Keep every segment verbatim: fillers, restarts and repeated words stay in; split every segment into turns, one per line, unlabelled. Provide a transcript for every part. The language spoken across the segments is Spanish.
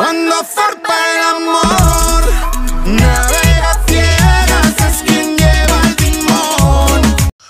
Cuando zarpa el amor, navega ciegas, es quien lleva el timón.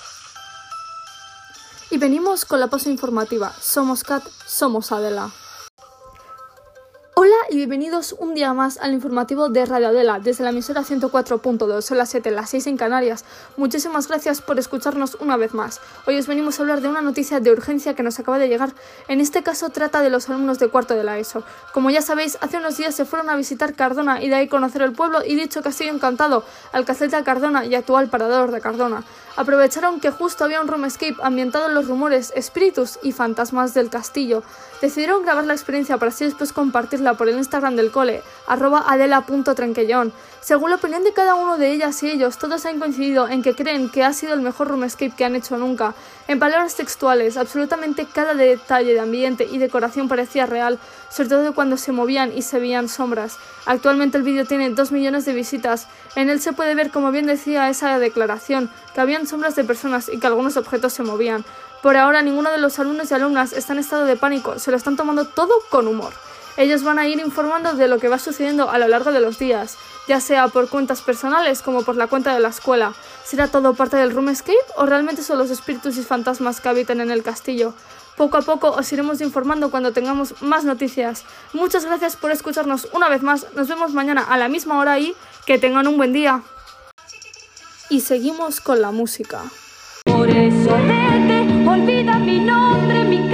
Y venimos con la pausa informativa. Somos Kat, somos Adela. Hola y bienvenidos un día más al informativo de Radio Adela desde la emisora ciento cuatro punto dos, son las siete, las seis en Canarias. Muchísimas gracias por escucharnos una vez más. Hoy os venimos a hablar de una noticia de urgencia que nos acaba de llegar. En este caso trata de los alumnos de cuarto de la ESO. Como ya sabéis, hace unos días se fueron a visitar Cardona y de ahí conocer el pueblo y dicho castillo encantado, Alcacete Cardona y actual parador de Cardona. Aprovecharon que justo había un room escape ambientado en los rumores, espíritus y fantasmas del castillo. Decidieron grabar la experiencia para así después compartirla por el Instagram del cole, arroba adela punto trenquellón. Según la opinión de cada uno de ellas y ellos, todos han coincidido en que creen que ha sido el mejor room escape que han hecho nunca. En palabras textuales, absolutamente cada detalle de ambiente y decoración parecía real, sobre todo cuando se movían y se veían sombras. Actualmente el vídeo tiene dos millones de visitas. En él se puede ver, como bien decía esa declaración, que habían sombras de personas y que algunos objetos se movían. Por ahora ninguno de los alumnos y alumnas está en estado de pánico, se lo están tomando todo con humor. Ellos van a ir informando de lo que va sucediendo a lo largo de los días, ya sea por cuentas personales como por la cuenta de la escuela. ¿Será todo parte del room escape o realmente son los espíritus y fantasmas que habitan en el castillo? Poco a poco os iremos informando cuando tengamos más noticias. Muchas gracias por escucharnos una vez más, nos vemos mañana a la misma hora y que tengan un buen día. Y seguimos con la música.
Por eso vete, olvida mi nombre, mi